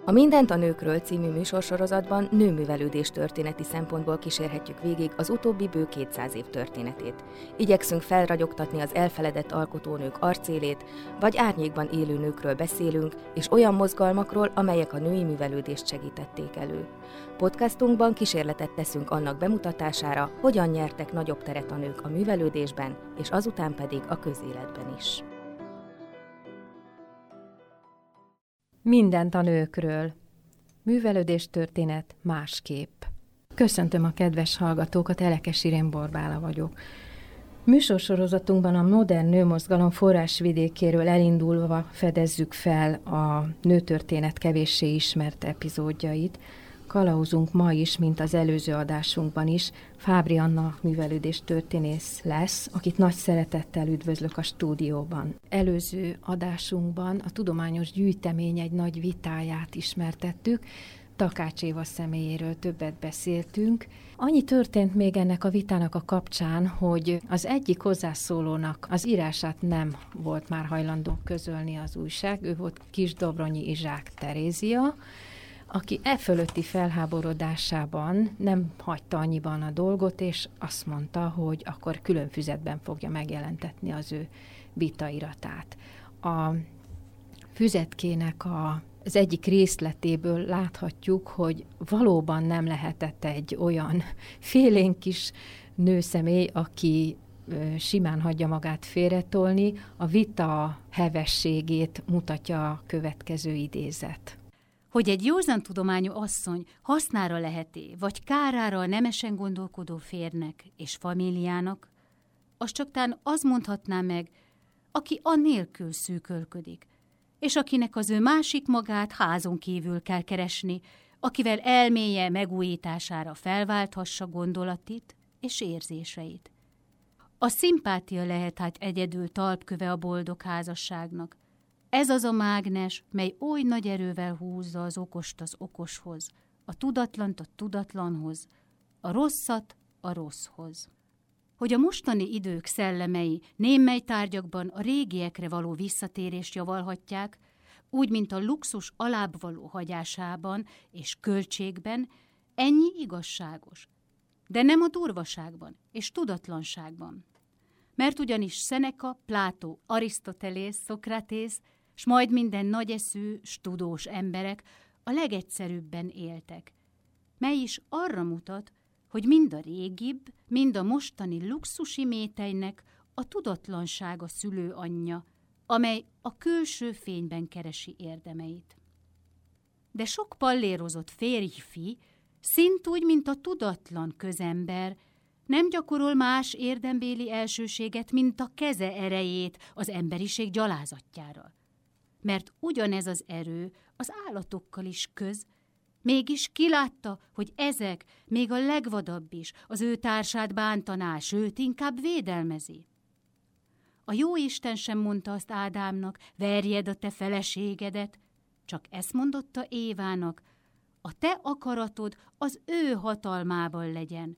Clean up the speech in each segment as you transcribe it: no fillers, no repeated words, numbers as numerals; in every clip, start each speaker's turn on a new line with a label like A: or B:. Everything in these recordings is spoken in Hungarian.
A: A Mindent a nőkről című műsorsorozatban nőművelődés történeti szempontból kísérhetjük végig az utóbbi bő 200 év történetét. Igyekszünk felragyogtatni az elfeledett alkotónők arcélét, vagy árnyékban élő nőkről beszélünk, és olyan mozgalmakról, amelyek a női művelődést segítették elő. Podcastunkban kísérletet teszünk annak bemutatására, hogyan nyertek nagyobb teret a nők a művelődésben, és azután pedig a közéletben is.
B: Mindent a nőkről. Művelődéstörténet másképp. Köszöntöm a kedves hallgatókat, Elekes Irén Borbála vagyok. Műsorsorozatunkban a modern nőmozgalom forrásvidékéről elindulva fedezzük fel a nőtörténet kevéssé ismert epizódjait. Kalauzunk ma is, mint az előző adásunkban is, Fábry Anna művelődéstörténész lesz, akit nagy szeretettel üdvözlök a stúdióban. Előző adásunkban a tudományos gyűjtemény egy nagy vitáját ismertettük, Takács Éva személyéről többet beszéltünk. Annyi történt még ennek a vitának a kapcsán, hogy az egyik hozzászólónak az írását nem volt már hajlandó közölni az újság, ő volt Kisdobronyi Izsák Terézia, aki fölötti felháborodásában nem hagyta annyiban a dolgot, és azt mondta, hogy akkor külön füzetben fogja megjelentetni az ő vitairatát. A füzetkének az egyik részletéből láthatjuk, hogy valóban nem lehetett egy olyan félénk kis nőszemély, aki simán hagyja magát félretolni. A vita hevességét mutatja a következő idézet.
C: Hogy egy józantudományú asszony hasznára leheté, vagy kárára a nemesen gondolkodó férnek és famíliának, az csakán az mondhatná meg, aki annélkül szűkölködik, és akinek az ő másik magát házon kívül kell keresni, akivel elméje megújítására felválthassa gondolatit és érzéseit. A szimpátia lehet hát egyedül talpköve a boldog házasságnak. Ez az a mágnes, mely oly nagy erővel húzza az okost az okoshoz, a tudatlant a tudatlanhoz, a rosszat a rosszhoz. Hogy a mostani idők szellemei némely tárgyakban a régiekre való visszatérést javalhatják, úgy, mint a luxus alább való hagyásában és költségben, ennyi igazságos, de nem a durvaságban és tudatlanságban. Mert ugyanis Seneca, Plátó, Arisztotelész, Szokratész, s majd minden nagyeszű, s tudós emberek a legegyszerűbben éltek, mely is arra mutat, hogy mind a régibb, mind a mostani luxusi métejnek a tudatlansága szülő anyja, amely a külső fényben keresi érdemeit. De sok pallérozott férjfi, szintúgy, mint a tudatlan közember, nem gyakorol más érdembéli elsőséget, mint a keze erejét az emberiség gyalázatjára. Mert ugyanez az erő az állatokkal is köz, mégis kilátta, hogy ezek, még a legvadabb is, az ő társát bántaná, sőt, inkább védelmezi. A Jóisten sem mondta azt Ádámnak, verjed a te feleségedet, csak ezt mondotta Évának, a te akaratod az ő hatalmában legyen.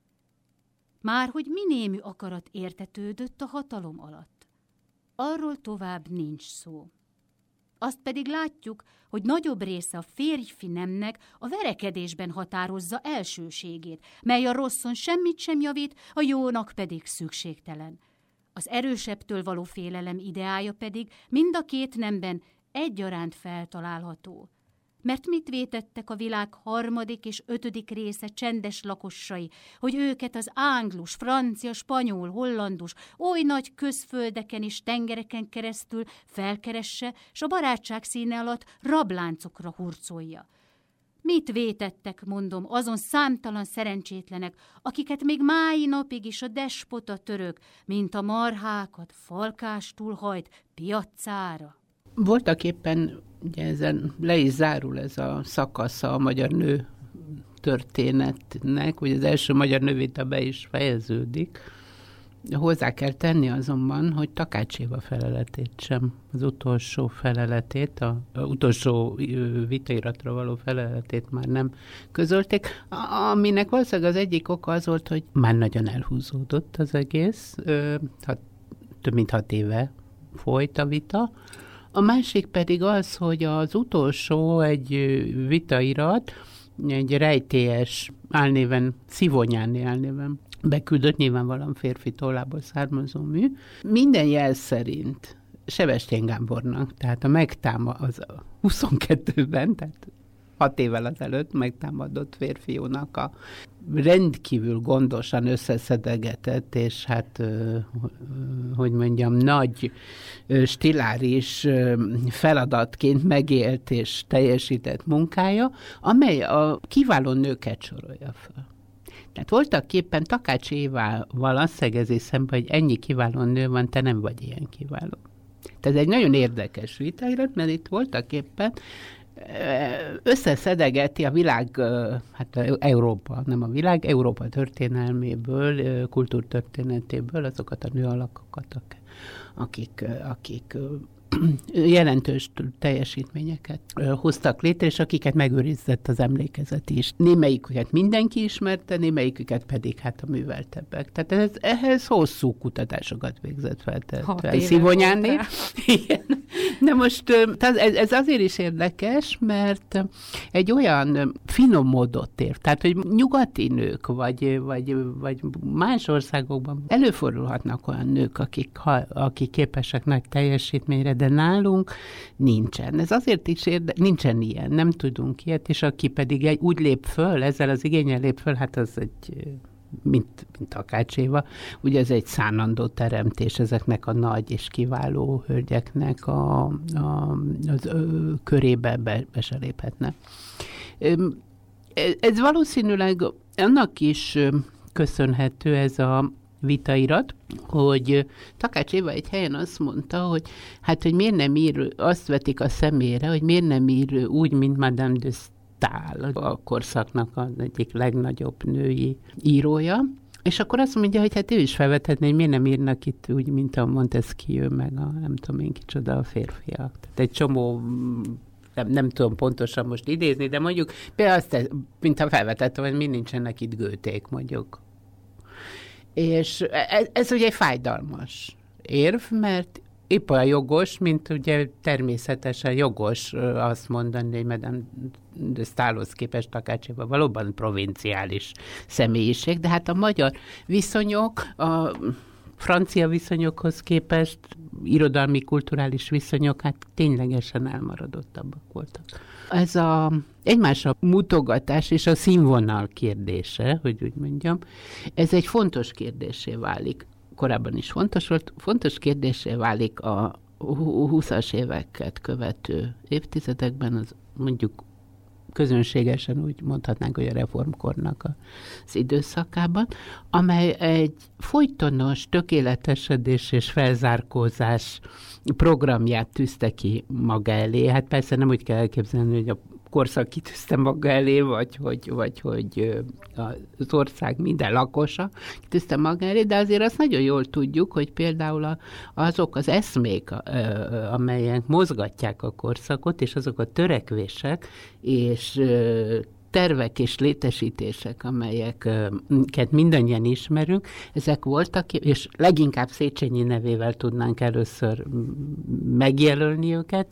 C: Márhogy minémű akarat értetődött a hatalom alatt. Arról tovább nincs szó. Azt pedig látjuk, hogy nagyobb része a férjfi nemnek a verekedésben határozza elsőségét, mely a rosszon semmit sem javít, a jónak pedig szükségtelen. Az erősebbtől való félelem ideája pedig mind a két nemben egyaránt feltalálható. Mert mit vétettek a világ 3. és 5. része csendes lakossai, hogy őket az ánglus, francia, spanyol, hollandus, oly nagy közföldeken és tengereken keresztül felkeresse, s a barátság színe alatt rabláncokra hurcolja. Mit vétettek, mondom, azon számtalan szerencsétlenek, akiket még mái napig is a despota török, mint a marhákat falkástul hajt piacára?
D: Voltak éppen, ugye ezen le is zárul ez a szakasza a magyar nő történetnek, hogy az első magyar nővita be is fejeződik. Hozzá kell tenni azonban, hogy Takács Éva feleletét sem, az utolsó feleletét, az utolsó vitairatra való feleletét már nem közölték, aminek valószínűleg az egyik oka az volt, hogy már nagyon elhúzódott az egész, több mint 6 éve folyt a vita. A másik pedig az, hogy az utolsó egy vitairat, egy rejtélyes álnéven, Szivonyáni álnéven beküldött, nyilvánvalóan férfi tollából származó mű. Minden jel szerint Sebestyén Gábornak, tehát az a 22-ben, tehát 6 évvel azelőtt megtámadott férfiúnak a rendkívül gondosan összeszedegetett, és hát, hogy mondjam, nagy stiláris feladatként megélt és teljesített munkája, amely a kiváló nőket sorolja fel. Tehát voltaképpen Takács Évával azt szegezi szembe, hogy ennyi kiváló nő van, te nem vagy ilyen kiváló. Tehát egy nagyon érdekes vitairat, mert itt voltaképpen összeszedegeti a világ, hát Európa, nem a világ, Európa történelméből, kultúrtörténetéből azokat a nőalakokat, akik jelentős teljesítményeket hoztak létre, és akiket megőrizett az emlékezet is. Némelyiküket mindenki ismerte, némelyiküket pedig hát a műveltebbek. Tehát ehhez hosszú kutatásokat végzett fel Szivonyáni. De most ez azért is érdekes, mert egy olyan finom módot ér. Tehát, hogy nyugati nők, vagy más országokban előfordulhatnak olyan nők, akik képesek nagy teljesítményre, de nálunk nincsen. Ez azért is nincsen ilyen, nem tudunk ilyet, és aki pedig úgy lép föl, ezzel az igénnyel lép föl, hát az egy, mint Takács Éva, ugye ez egy szánandó teremtés ezeknek a nagy és kiváló hölgyeknek az körébe be se léphetne. Ez valószínűleg annak is köszönhető ez a vitairat, hogy Takács Éva egy helyen azt mondta, hogy hát, hogy miért nem ír, azt vetik a szemére, hogy miért nem ír úgy, mint Madame de Staël, a korszaknak az egyik legnagyobb női írója. És akkor azt mondja, hogy hát ő is felvethetné, hogy miért nem írnak itt úgy, mint a Montesquieu, meg a nem tudom én kicsoda a férfiak. Tehát egy csomó nem tudom pontosan most idézni, de mondjuk például azt, mint ha felvetettem, hogy mi nincsenek itt Goethék, mondjuk. És ez ugye egy fájdalmas érv, mert épp olyan jogos, mint ugye természetesen jogos azt mondani, hogy Madame de Staëlhoz képest Takács Éva valóban provinciális személyiség, de hát a magyar viszonyok, a francia viszonyokhoz képest irodalmi, kulturális viszonyok hát ténylegesen elmaradottabbak voltak. Ez a egymásra mutogatás és a színvonal kérdése, hogy úgy mondjam, ez egy fontos kérdésé válik. Korábban is fontos volt, fontos kérdésé válik a 20-as éveket követő évtizedekben, az mondjuk közönségesen úgy mondhatnánk, hogy a reformkornak az időszakában, amely egy folytonos tökéletesedés és felzárkózás programját tűzte ki maga elé. Hát persze nem úgy kell elképzelni, hogy a korszak kitűzte maga elé, vagy hogy az ország minden lakosa kitűzte maga elé, de azért azt nagyon jól tudjuk, hogy például azok az eszmék, amelyek mozgatják a korszakot, és azok a törekvések, és tervek és létesítések, amelyeket mindannyian ismerünk, ezek voltak, és leginkább Széchenyi nevével tudnánk először megjelölni őket,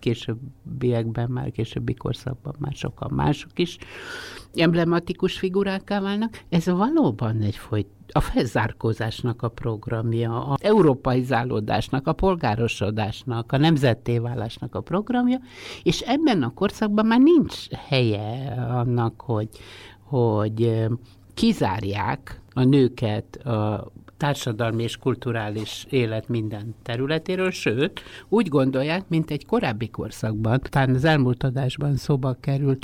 D: későbbi korszakban már sokan mások is emblematikus figurákká válnak. Ez valóban a felzárkózásnak a programja, az európaizálódásnak, a polgárosodásnak, a nemzetté válásnak a programja, és ebben a korszakban már nincs helye annak, hogy kizárják a nőket a társadalmi és kulturális élet minden területéről, sőt, úgy gondolják, mint egy korábbi korszakban, talán az elmúlt adásban szóba került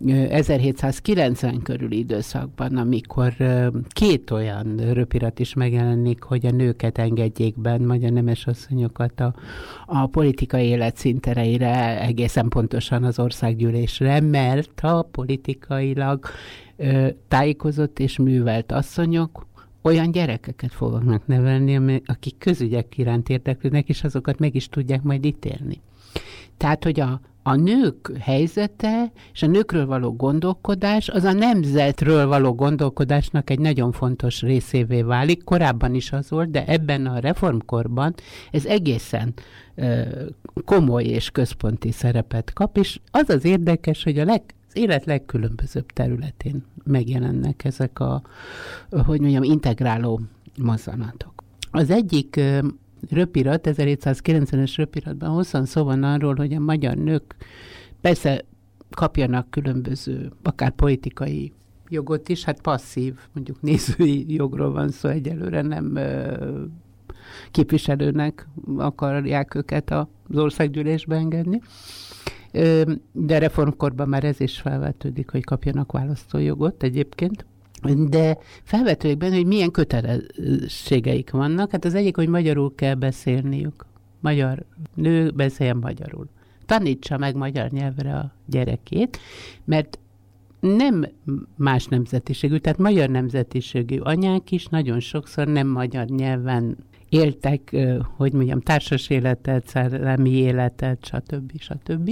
D: 1790 körüli időszakban, amikor 2 olyan röpirat is megjelenik, hogy a nőket engedjék be, vagy a nemes asszonyokat a politikai élet színtereire, egészen pontosan az országgyűlésre, mert a politikailag tájékozott és művelt asszonyok olyan gyerekeket fognak nevelni, akik közügyek iránt érdeklődnek, és azokat meg is tudják majd ítélni. Tehát, hogy a a nők helyzete és a nőkről való gondolkodás az a nemzetről való gondolkodásnak egy nagyon fontos részévé válik. Korábban is az volt, de ebben a reformkorban ez egészen komoly és központi szerepet kap, és az az érdekes, hogy az élet legkülönbözőbb területén megjelennek ezek a, hogy mondjam, integráló mozzanatok. Az egyik röpirat, 1790-es röpiratban hosszan szó van arról, hogy a magyar nők persze kapjanak különböző, akár politikai jogot is, hát passzív, mondjuk nézői jogról van szó, egyelőre nem képviselőnek akarják őket az országgyűlésbe engedni. De reformkorban már ez is felvetődik, hogy kapjanak választójogot egyébként. De felvetődik benne, hogy milyen kötelességeik vannak. Hát az egyik, hogy magyarul kell beszélniük. Magyar nő beszéljen magyarul. Tanítsa meg magyar nyelvre a gyerekét, mert nem más nemzetiségű, tehát magyar nemzetiségű anyák is nagyon sokszor nem magyar nyelven éltek, hogy mondjam, társas életet, szellemi életet, stb.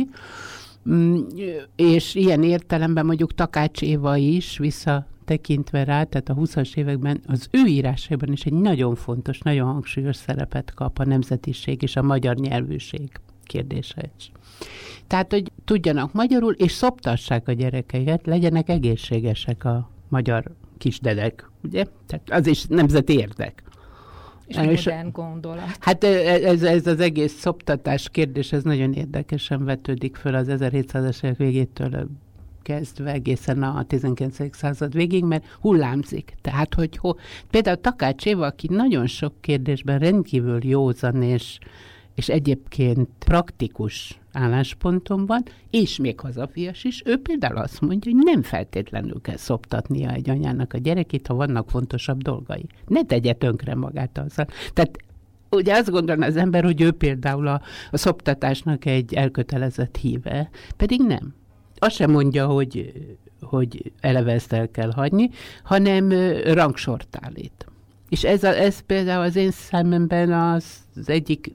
D: És ilyen értelemben mondjuk Takács Éva is visszatekintve rá, tehát a 20-as években az ő írásaiban is egy nagyon fontos, nagyon hangsúlyos szerepet kap a nemzetiség és a magyar nyelvűség kérdése is. Tehát, hogy tudjanak magyarul, és szoptassák a gyerekeiket, legyenek egészségesek a magyar kisdedek, ugye? Tehát az is nemzeti érdek.
B: És modern gondolat.
D: Hát ez az egész szoptatás kérdés, ez nagyon érdekesen vetődik föl az 1700-as évek végétől kezdve egészen a 19. század végig, mert hullámzik. Tehát, hogy például Takács Éva, aki nagyon sok kérdésben rendkívül józan és egyébként praktikus állásponton van, és még hazafias is, ő például azt mondja, hogy nem feltétlenül kell szoptatnia egy anyának a gyerekét, ha vannak fontosabb dolgai. Ne tegye tönkre magát azzal. Tehát ugye azt gondolna az ember, hogy ő például a szoptatásnak egy elkötelezett híve, pedig nem. Azt sem mondja, hogy eleve ezt el kell hagyni, hanem rangsort állít. És ez például az én szememben az egyik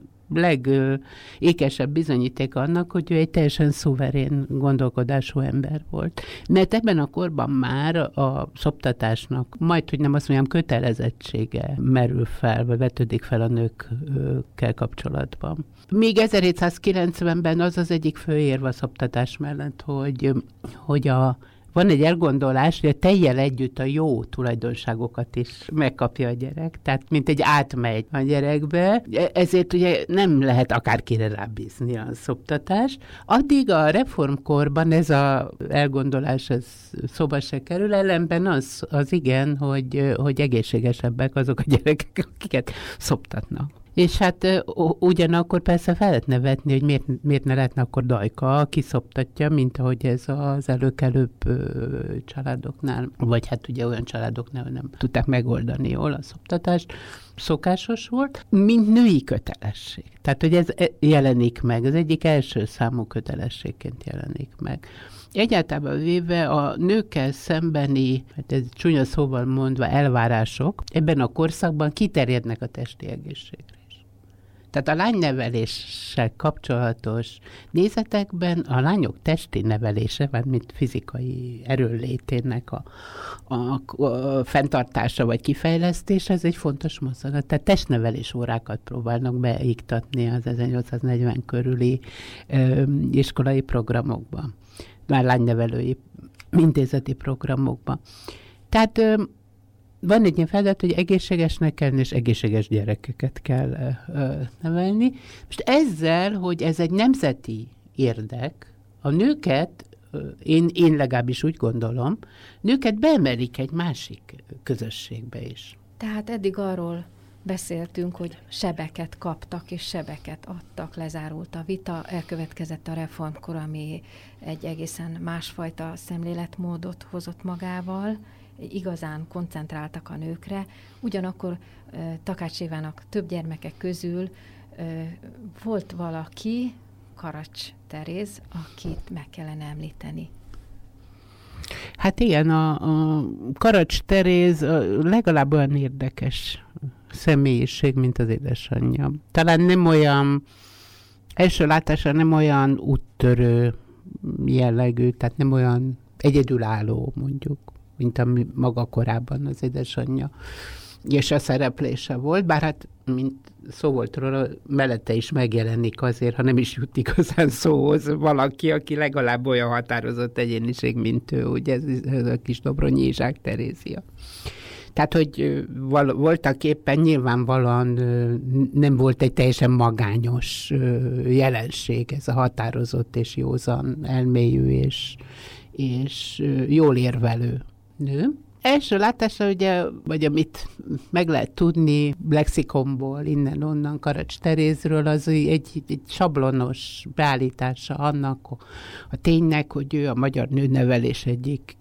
D: legékesebb bizonyíték annak, hogy ő egy teljesen szuverén gondolkodású ember volt. Mert ebben a korban már a szoptatásnak majd, hogy nem azt mondjam, kötelezettsége merül fel, vagy vetődik fel a nőkkel kapcsolatban. Még 1790-ben az egyik fő érv a szoptatás mellett, hogy van egy elgondolás, hogy a tejjel együtt a jó tulajdonságokat is megkapja a gyerek, tehát mint egy átmegy a gyerekbe, ezért ugye nem lehet akárkire rábízni a szoptatás. Addig a reformkorban ez az elgondolás ez szóba se kerül, ellenben az igen, hogy egészségesebbek azok a gyerekek, akiket szoptatnak. És hát ugyanakkor persze fel lehetne vetni, hogy miért ne lehetne akkor dajka, aki szoptatja, mint ahogy ez az előkelőbb családoknál, vagy hát ugye olyan családoknál nem tudták megoldani jól a szoptatást, szokásos volt, mint női kötelesség. Tehát, hogy ez jelenik meg, az egyik első számú kötelességként jelenik meg. Egyáltalán véve a nőkkel szembeni, hát ez csúnya szóval mondva, elvárások ebben a korszakban kiterjednek a testi egészségre is. Tehát a lányneveléssel kapcsolatos nézetekben a lányok testi nevelése, mint fizikai erőnlétének a fenntartása vagy kifejlesztése, ez egy fontos mozzanat. Tehát testnevelés órákat próbálnak beiktatni az 1840 körüli iskolai programokban. Már lánynevelői intézeti programokban. Tehát van egy ilyen feladat, hogy egészségesnek kell, és egészséges gyerekeket kell nevelni. Most ezzel, hogy ez egy nemzeti érdek, a nőket, én legalábbis úgy gondolom, nőket beemelik egy másik közösségbe is.
B: Tehát eddig arról beszéltünk, hogy sebeket kaptak és sebeket adtak, lezárult a vita, elkövetkezett a reformkor, ami egy egészen másfajta szemléletmódot hozott magával, igazán koncentráltak a nőkre, ugyanakkor Takács Évának több gyermeke közül volt valaki, Karacs Teréz, akit meg kellene említeni.
D: Hát igen, a Karacs Teréz legalább olyan érdekes személyiség, mint az édesanyja. Talán nem olyan Első látásra nem olyan úttörő jellegű, tehát nem olyan egyedülálló mondjuk, mint ami maga korábban az édesanyja és a szereplése volt, bár hát, mint szó volt róla, mellette is megjelenik azért, ha nem is jut igazán szóhoz valaki, aki legalább olyan határozott egyéniség, mint ő, ugye ez a kis Dobronyi Izsák Terézia. Tehát, hogy voltak éppen nyilvánvalóan nem volt egy teljesen magányos jelenség, ez a határozott és józan elmélyű és jól érvelő nő. Első látásra ugye, vagy amit meg lehet tudni lexikomból, innen-onnan Karacs Terézről, az egy sablonos beállítása annak a ténynek, hogy ő a magyar nőnevelés egyik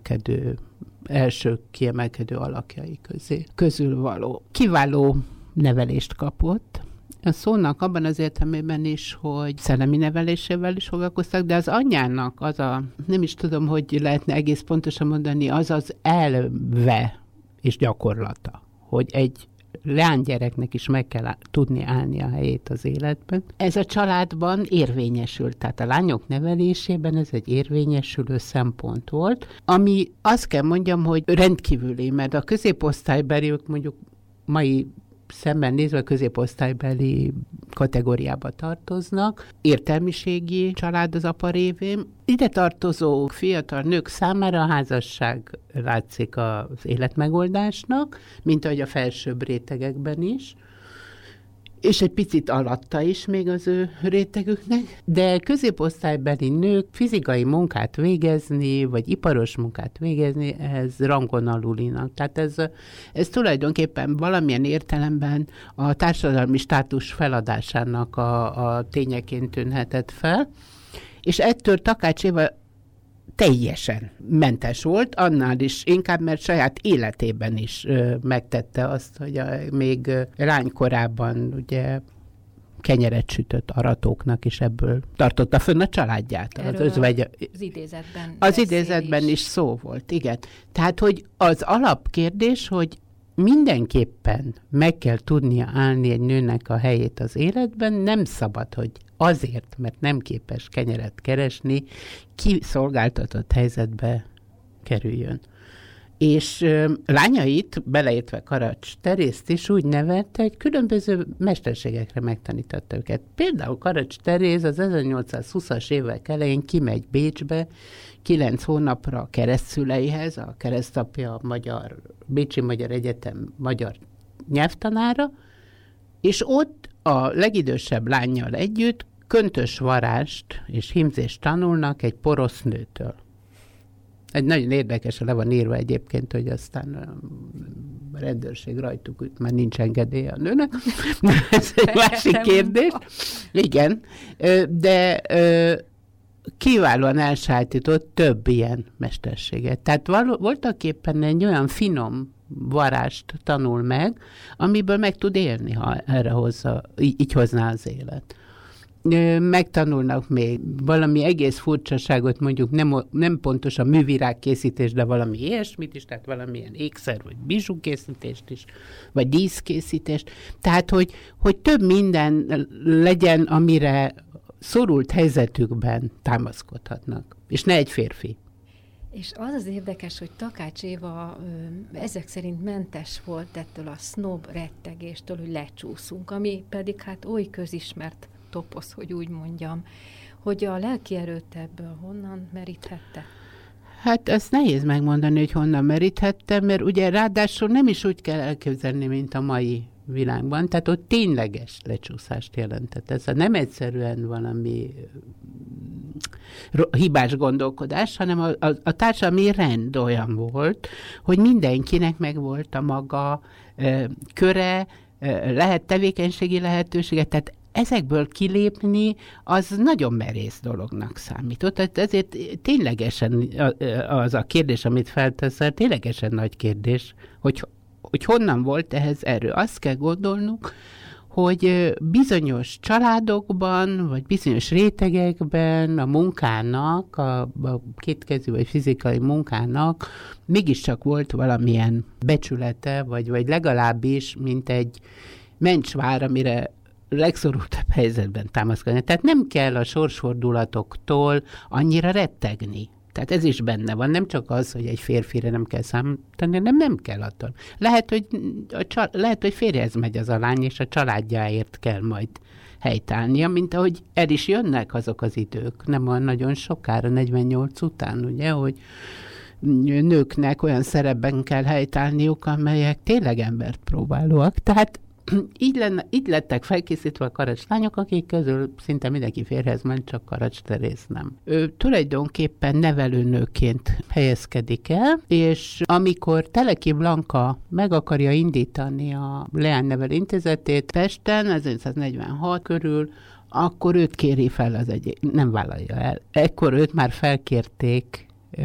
D: első kiemelkedő alakjai közül való. Kiváló nevelést kapott. A szónak abban az értelmében is, hogy szellemi nevelésével is foglalkoztak, de az anyjának nem is tudom, hogy lehetne egész pontosan mondani, az elve és gyakorlata, hogy egy leánygyereknek is meg kell tudni állni a helyét az életben. Ez a családban érvényesült, tehát a lányok nevelésében ez egy érvényesülő szempont volt, ami azt kell mondjam, hogy rendkívüli, mert a középosztálybeliek mondjuk mai szemben nézve középosztálybeli kategóriába tartoznak. Értelmiségi család az apa révén. Ide tartozó fiatal nők számára a házasság látszik az életmegoldásnak, mint ahogy a felsőbb rétegekben is, és egy picit alatta is még az ő rétegüknek, de középosztálybeli nők fizikai munkát végezni, vagy iparos munkát végezni, ez rangon alulinak. Tehát ez tulajdonképpen valamilyen értelemben a társadalmi státus feladásának a tényeként tűnhetett fel, és ettől Takács Éva teljesen mentes volt, annál is inkább, mert saját életében is megtette azt, hogy még lánykorában ugye kenyeret sütött aratóknak, és ebből tartotta fönn a családját. Az idézetben is szó volt, igen. Tehát, hogy az alapkérdés, hogy mindenképpen meg kell tudnia állni egy nőnek a helyét az életben, nem szabad, hogy azért, mert nem képes kenyeret keresni, kiszolgáltatott helyzetbe kerüljön. És lányait, beleértve Karacs Terézt is úgy nevelte, hogy különböző mesterségekre megtanította őket. Például Karacs Teréz az 1820-as évek elején kimegy Bécsbe 9 hónapra a keresztszüleihez, a keresztapja a Bécsi Magyar Egyetem magyar nyelvtanára, és ott a legidősebb lánnyal együtt köntös varást és hímzést tanulnak egy porosz nőtől. Egy nagyon érdekes, le van írva egyébként, hogy aztán a rendőrség rajtuk már nincs engedélye a nőnek. Ez egy másik kérdés. Igen, de kiválóan elsajátított több ilyen mesterséget. Tehát voltak éppen egy olyan finom varást tanul meg, amiből meg tud élni, ha erre hozza, így hozná az élet. Megtanulnak még valami egész furcsaságot, mondjuk nem pontos a művirágkészítés, de valami ilyesmit is, tehát valamilyen ékszer, vagy bizsúkészítést is, vagy díszkészítést. Tehát, hogy több minden legyen, amire szorult helyzetükben támaszkodhatnak, és ne egy férfi.
B: És az érdekes, hogy Takács Éva ezek szerint mentes volt ettől a sznob rettegéstől, hogy lecsúszunk, ami pedig hát oly közismert toposz, hogy úgy mondjam, hogy a lelki erőt ebből honnan meríthette?
D: Hát ezt nehéz megmondani, hogy honnan meríthette, mert ugye ráadásul nem is úgy kell elképzelni, mint a mai világban, tehát ott tényleges lecsúszást jelentett. Ez nem egyszerűen valami hibás gondolkodás, hanem a társadalmi rend olyan volt, hogy mindenkinek megvolt a maga köre, tevékenységi lehetősége, tehát ezekből kilépni, az nagyon merész dolognak számított. Tehát ezért ténylegesen az a kérdés, amit felteszel, ténylegesen nagy kérdés, hogy honnan volt ehhez erő. Azt kell gondolnunk, hogy bizonyos családokban, vagy bizonyos rétegekben a munkának, a kétkezű vagy fizikai munkának mégiscsak volt valamilyen becsülete, vagy legalábbis, mint egy mencsvár, amire legszorultabb helyzetben támaszkodni. Tehát nem kell a sorsfordulatoktól annyira rettegni. Tehát ez is benne van, nem csak az, hogy egy férfire nem kell számítani, nem kell attól. Lehet, hogy férjhez megy az a lány, és a családjáért kell majd helytállnia, mint ahogy el is jönnek azok az idők. Nem van nagyon sokára, 48 után, ugye, hogy nőknek olyan szerepben kell helytállniuk, amelyek tényleg embert próbálóak. Tehát így lettek felkészítve a karacslányok, akik közül szinte mindenki férjhez ment, csak Karacs Teréz nem. Ő tulajdonképpen nevelőnőként helyezkedik el, és amikor Teleki Blanka meg akarja indítani a Leánynevelő Intézetét Pesten, 1946 körül, akkor őt kéri fel az egyik, nem vállalja el. Ekkor őt már felkérték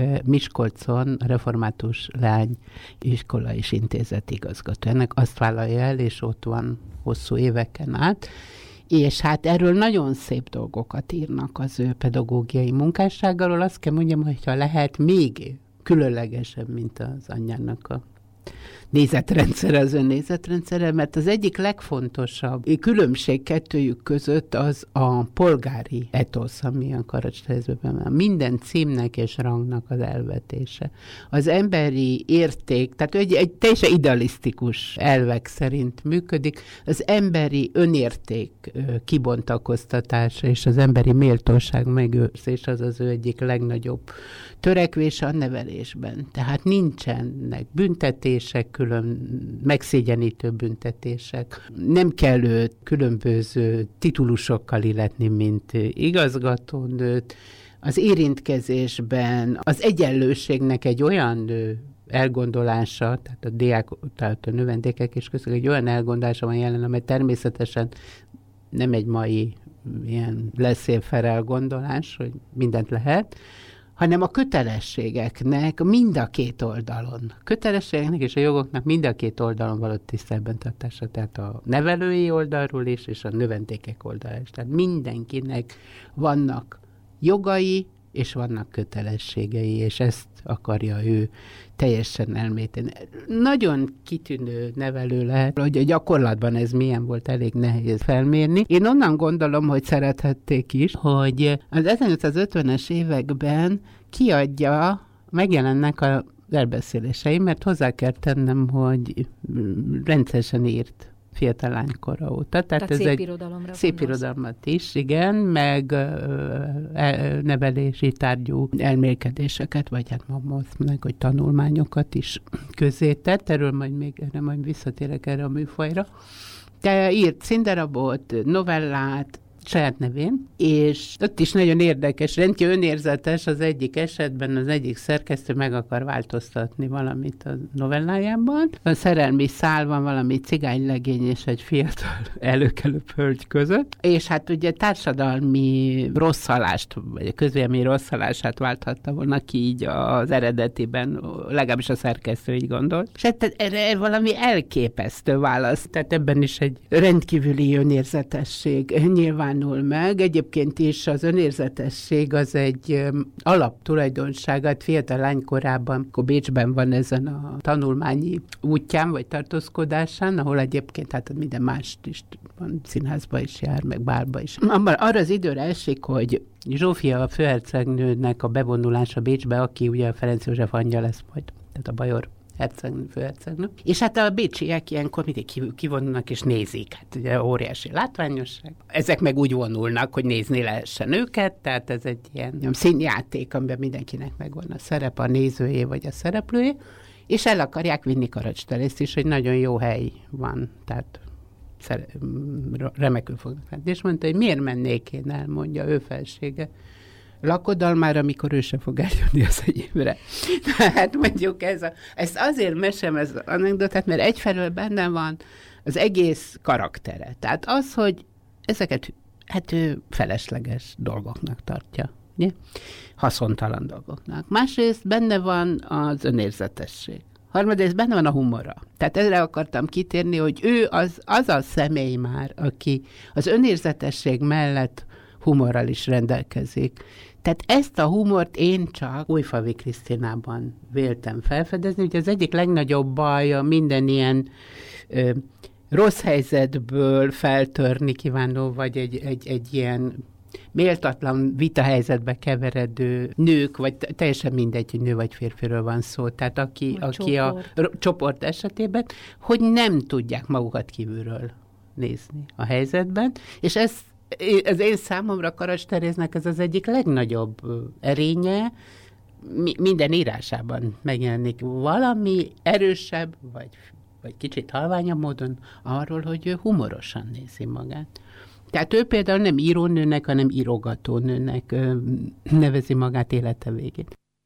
D: Miskolcon a Református Leányiskola és Intézet igazgatójának. Azt vállalja el, és ott van hosszú éveken át. És hát erről nagyon szép dolgokat írnak az ő pedagógiai munkásságáról. Azt kell mondjam, hogyha lehet még különlegesebb, mint az anyjának a nézetrendszere, az ön nézetrendszere, mert az egyik legfontosabb különbség kettőjük között az a polgári etosz, ami a Karacs Terézben van. Minden címnek és rangnak az elvetése. Az emberi érték, tehát egy teljesen idealisztikus elvek szerint működik, az emberi önérték kibontakoztatása és az emberi méltóság megőrzés az ő egyik legnagyobb törekvése a nevelésben. Tehát nincsenek büntetések, külön megszégyenítő büntetések. Nem kell őt különböző titulusokkal illetni, mint igazgatónőt. Az érintkezésben az egyenlőségnek egy olyan elgondolása, tehát a diák, tehát a növendékek is közül egy olyan elgondolása van jelen, amely természetesen nem egy mai ilyen laissez-faire elgondolás, hogy mindent lehet, hanem a kötelességeknek mind a két oldalon. Kötelességeknek és a jogoknak mind a két oldalon való tiszteletben tartása, tehát a nevelői oldalról is, és a növendékek oldalról is. Tehát mindenkinek vannak jogai, és vannak kötelességei, és ezt akarja ő teljesen elméteni. Nagyon kitűnő nevelő lehet, hogy a gyakorlatban ez milyen volt, elég nehéz felmérni. Én onnan gondolom, hogy szerethették is, hogy az 1950-es években megjelennek az elbeszélései, mert hozzá kell tennem, hogy rendszeresen írt fiatal lánykora óta. Tehát ez
B: szép irodalomra
D: szép irodalmat is, igen, meg nevelési tárgyú elmélkedéseket, vagy hát most meg, hogy tanulmányokat is közzétett. Erről majd visszatérek erre a műfajra. De írt színdarabot, novellát, saját nevén, és ott is nagyon érdekes, rendkívül önérzetes az egyik esetben, az egyik szerkesztő meg akar változtatni valamit a novellájában. A szerelmi szál van valami cigánylegény és egy fiatal előkelő hölgy között, és hát ugye társadalmi rosszalást, vagy közvélemény rosszalását válthatta volna ki így az eredetiben, legalábbis a szerkesztő így gondolt. És hát erre valami elképesztő válasz, tehát ebben is egy rendkívüli önérzetesség nyilván meg. Egyébként is az önérzetesség az egy alaptulajdonságát fiatal lánykorában, akkor Bécsben van ezen a tanulmányi útján, vagy tartózkodásán, ahol egyébként hát minden mást is van, színházba is jár, meg bárba is. Arra az időre esik, hogy Zsófia a főhercegnőnek a bevonulása Bécsbe, aki ugye a Ferenc József anyja lesz majd, tehát a bajor főhercegnő. És hát a bécsiek ilyenkor mindig kivonulnak és nézik. Hát ugye óriási látványosság. Ezek meg úgy vonulnak, hogy nézni lehessen őket, tehát ez egy ilyen színjáték, amiben mindenkinek megvan a szerep, a nézőjé vagy a szereplőjé, és el akarják vinni Karacs Terészt is, hogy nagyon jó hely van, tehát remekül fognak lenni. És mondta, hogy miért mennék én el, mondja ő felsége. Lakodalmára, amikor ő sem fog eljönni az enyémre. Hát mondjuk ezt azért mesem ez az anekdotát, mert egyfelől benne van az egész karaktere. Tehát az, hogy ezeket hát ő felesleges dolgoknak tartja. Ugye? Haszontalan dolgoknak. Másrészt benne van az önérzetesség. Harmadrészt benne van a humora. Tehát erre akartam kitérni, hogy ő az a személy már, aki az önérzetesség mellett humorral is rendelkezik. Tehát ezt a humort én csak Újfalvi Krisztinában véltem felfedezni. Ugye az egyik legnagyobb baja minden ilyen rossz helyzetből feltörni kívánó, vagy egy ilyen méltatlan vitahelyzetbe keveredő nők, vagy teljesen mindegy, hogy nő vagy férfiről van szó, tehát aki a csoport esetében, hogy nem tudják magukat kívülről nézni a helyzetben, és ez én számomra Karacs Teréznek ez az egyik legnagyobb erénye, minden írásában megjelenik valami erősebb, vagy kicsit halványabb módon arról, hogy ő humorosan nézi magát. Tehát ő például nem írónőnek, hanem írogatónőnek nevezi magát élete végén.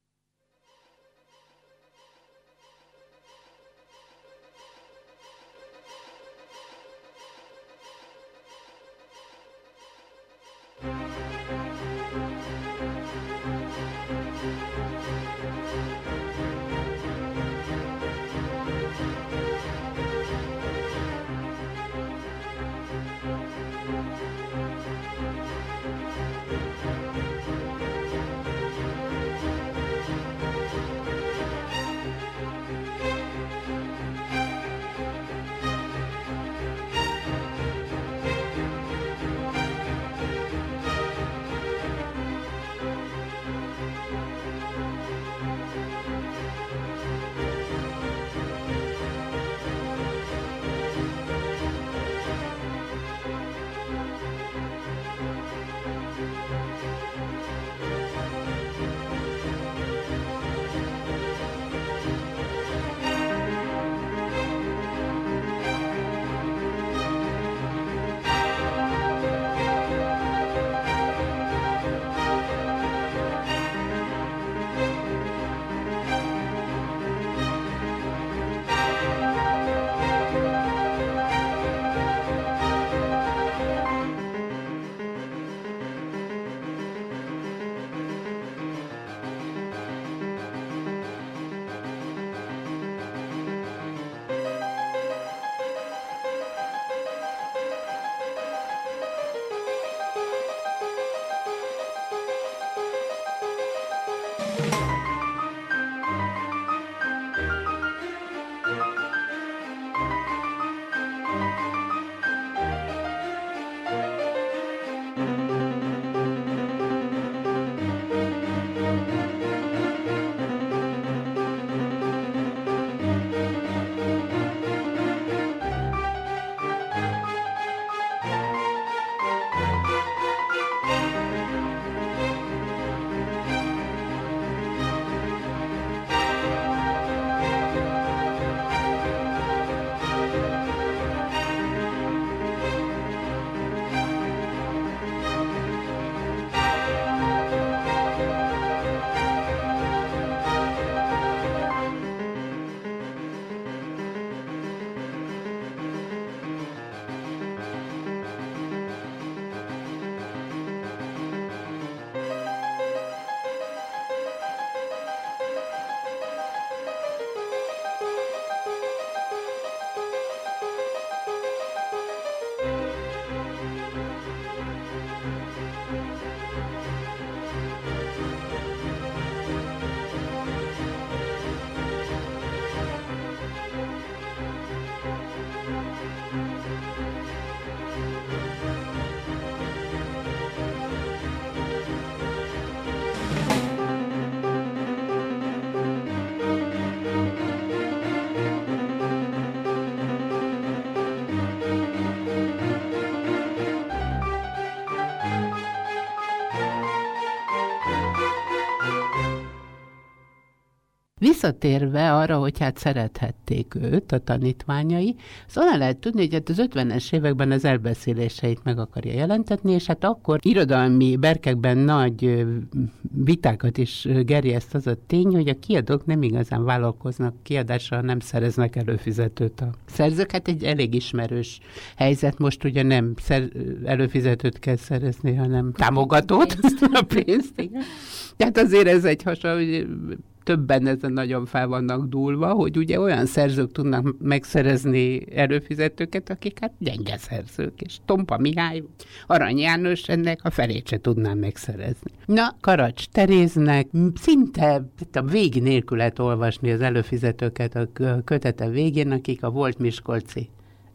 D: Visszatérve arra, hogy hát szerethették őt a tanítványai, szóval lehet tudni, hogy hát az 50-es években az elbeszéléseit meg akarja jelentetni, és hát akkor irodalmi berkekben nagy vitákat is gerjeszt az a tény, hogy a kiadók nem igazán vállalkoznak kiadásra, nem szereznek előfizetőt a szerzők. Hát egy elég ismerős helyzet, most ugye nem előfizetőt kell szerezni, hanem támogatót, a pénzt. Igen. Tehát azért ez egy hasonló, hogy többen ezen nagyon fel vannak dúlva, hogy ugye olyan szerzők tudnak megszerezni előfizetőket, akik hát gyenge szerzők, és Tompa Mihály, Arany János ennek a felét se tudnám megszerezni. Na, Karacs Teréznek szinte végig nélkül lehet olvasni az előfizetőket a kötete végén, akik a volt miskolci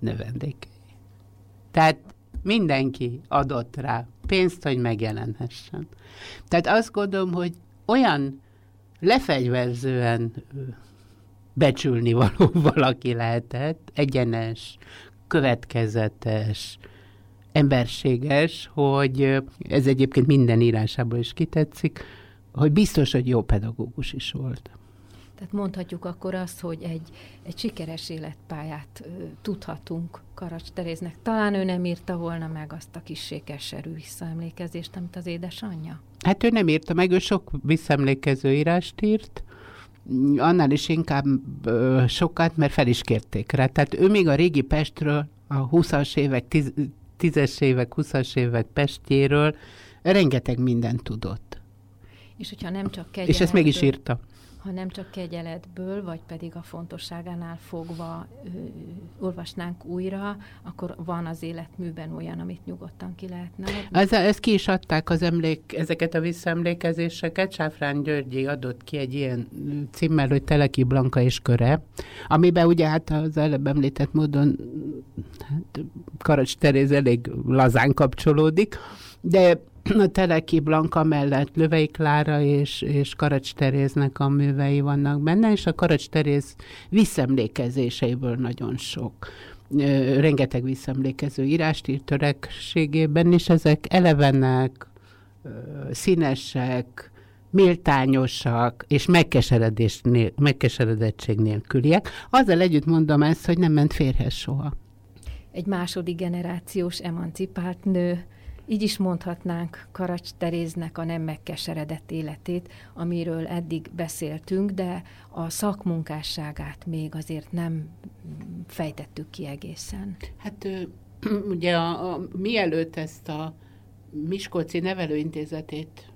D: növendékei. Tehát mindenki adott rá pénzt, hogy megjelenhessen. Tehát azt gondolom, hogy olyan lefegyverzően becsülni való valaki lehetett, egyenes, következetes, emberséges, hogy ez egyébként minden írásából is kitetszik, hogy biztos, hogy jó pedagógus is volt.
B: Tehát mondhatjuk akkor azt, hogy egy sikeres életpályát tudhatunk Karacs Teréznek. Talán ő nem írta volna meg azt a kissé keserű visszaemlékezést, amit az édesanyja?
D: Hát ő nem írta meg, ő sok visszaemlékező írást írt, annál is inkább sokat, mert fel is kérték rá. Tehát ő még a régi Pestről, a 20-as évek, 10-es évek, 20-as évek Pestjéről rengeteg mindent tudott.
B: És hogyha nem csak kegyeletből,
D: és ezt meg is írta.
B: Ha nem csak kegyeletből, vagy pedig a fontosságánál fogva olvasnánk újra, akkor van az életműben olyan, amit nyugodtan ki lehetne adni.
D: Ezt ki is adták ezeket a visszaemlékezéseket. Sáfrán Györgyi adott ki egy ilyen címmel, hogy Teleki Blanka és köre, amiben ugye hát az előbb említett módon Karacs Teréz elég lazán kapcsolódik, de a Teleki Blanka mellett Lövei Klára és Karacs Teréznek a művei vannak benne, és a Karacs Teréz visszaemlékezéseiből nagyon sok. Rengeteg visszaemlékező írást írt törekségében, és ezek elevenek, színesek, méltányosak, és megkeseredettség nélküliek. Azzal együtt mondom ezt, hogy nem ment férjhez soha.
B: Egy második generációs emancipált nő, így is mondhatnánk Karacs Teréznek a nem megkeseredett életét, amiről eddig beszéltünk, de a szakmunkásságát még azért nem fejtettük ki egészen.
D: Hát ugye mielőtt ezt a Miskolci Nevelőintézetét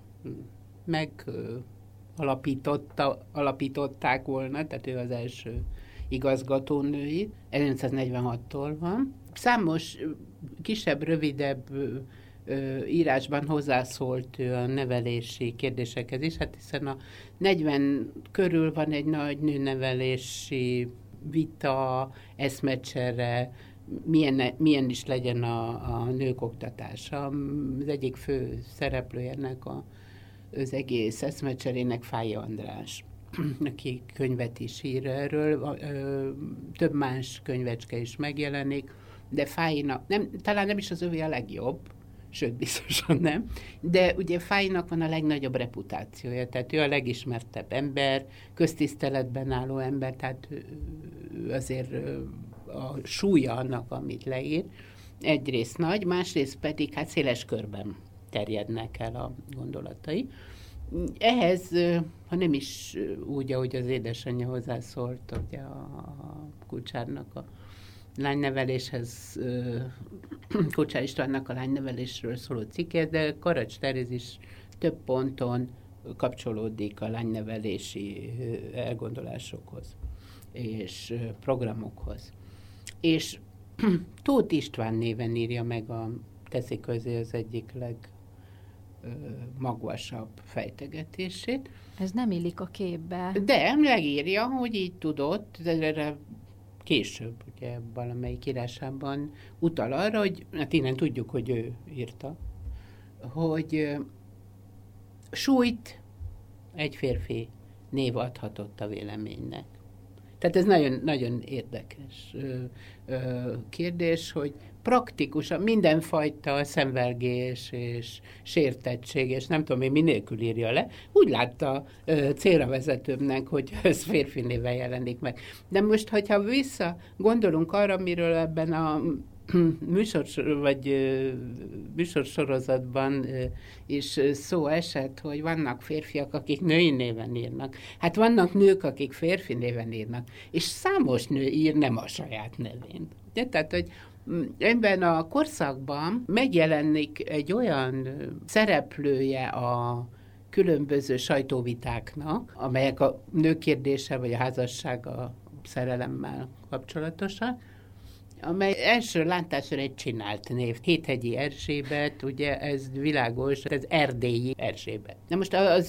D: alapították volna, tehát ő az első igazgatónői, 1946-tól van. Számos kisebb, rövidebb írásban hozzászólt ő a nevelési kérdésekhez is, hát hiszen a 40 körül van egy nagy nőnevelési vita, eszmecsere, milyen is legyen a nők oktatása. Az egyik fő szereplője ennek az egész eszmecserének Fáy András, aki könyvet is ír erről, több más könyvecske is megjelenik, de Fáynak, talán nem is az övé a legjobb, sőt, biztosan nem, de ugye Fáynak van a legnagyobb reputációja, tehát ő a legismertebb ember, köztiszteletben álló ember, tehát azért a súlya annak, amit leír, egyrészt nagy, másrészt pedig hát széles körben terjednek el a gondolatai. Ehhez, ha nem is úgy, ahogy az édesanyja hozzászólt, ugye a Kulcsárnak a lányneveléshez, Kulcsár Istvánnak a lánynevelésről szóló cikke, de Karacs Teréz is több ponton kapcsolódik a lánynevelési elgondolásokhoz és programokhoz. És Tóth István néven írja meg teszi közé az egyik legmagasabb fejtegetését.
B: Ez nem illik a képbe.
D: De megírja, hogy így tudott, de erre később, ugye valamelyik írásában utal arra, hogy hát innen tudjuk, hogy ő írta, hogy súlyt egy férfi név adhatott a véleménynek. Tehát ez nagyon, nagyon érdekes kérdés, hogy praktikusan mindenfajta szenvelgés és sértettség, és nem tudom én minélkül írja le, úgy látta célra vezetőbbnek, hogy ez férfi néven jelenik meg. De most, hogyha vissza gondolunk arra, miről ebben a műsorsorozatban is szó esett, hogy vannak férfiak, akik női néven írnak. Hát vannak nők, akik férfi néven írnak, és számos nő ír nem a saját nevén. De, tehát, hogy ebben a korszakban megjelenik egy olyan szereplője a különböző sajtóvitáknak, amelyek a nők kérdése vagy a házasság a szerelemmel kapcsolatosak, amely első látásra egy csinált név. Héthegyi Erzsébet, ugye ez világos, ez erdélyi Erzsébet. Na most az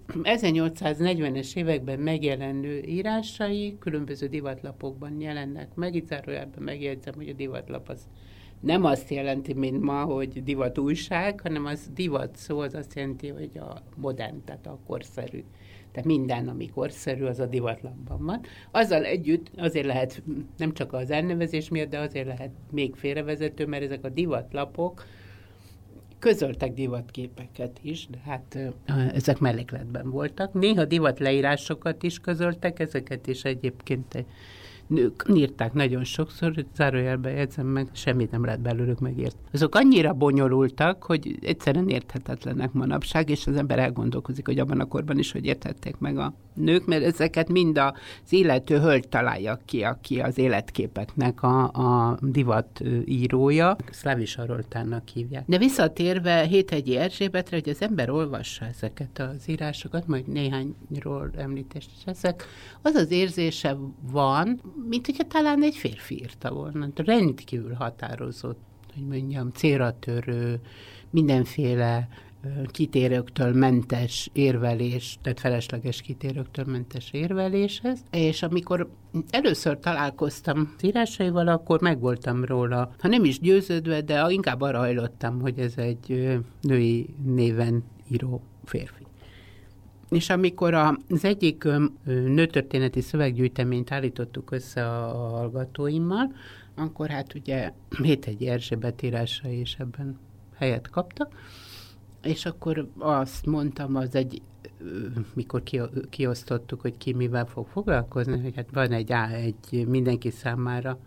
D: 1840-es években megjelenő írásai különböző divatlapokban jelennek meg. Itt zárójelben megjegyzem, hogy a divatlap az nem azt jelenti, mint ma, hogy divat újság, hanem az divat szó az azt jelenti, hogy a modern, tehát a korszerű. Tehát minden, ami korszerű, az a divatlapban van. Azzal együtt azért lehet, nem csak az elnevezés miatt, de azért lehet még félrevezető, mert ezek a divatlapok közöltek divatképeket is, de hát ezek mellékletben voltak. Néha divatleírásokat is közöltek, ezeket is egyébként nők írták nagyon sokszor, zárójelben jegyzem meg, semmit nem lehet belőlük megérteni. Azok annyira bonyolultak, hogy egyszerűen érthetetlenek manapság, és az ember elgondolkozik, hogy abban a korban is, hogy érthették meg a nők, mert ezeket mind az illető hölgy találja ki, aki az életképeknek a divat írója. Szlávis Haroltának hívják. De visszatérve Héthegyi Erzsébetre, hogy az ember olvassa ezeket az írásokat, majd néhányról említést is ezek, az az érzése van, mint hogyha talán egy férfi írta volna. Rendkívül határozott, hogy mondjam, célra törő, mindenféle kitérőktől mentes érvelés, tehát felesleges kitérőktől mentes érveléshez, és amikor először találkoztam az írásaival, akkor megvoltam róla, ha nem is győződve, de inkább arra hajlottam, hogy ez egy női néven író férfi. És amikor az egyik nőtörténeti szöveggyűjteményt állítottuk össze a hallgatóimmal, akkor hát ugye Héthegyi Erzsébet írásai is ebben helyet kaptak, és akkor azt mondtam, mikor kiosztottuk, hogy ki mivel fog foglalkozni, hogy hát van egy mindenki számára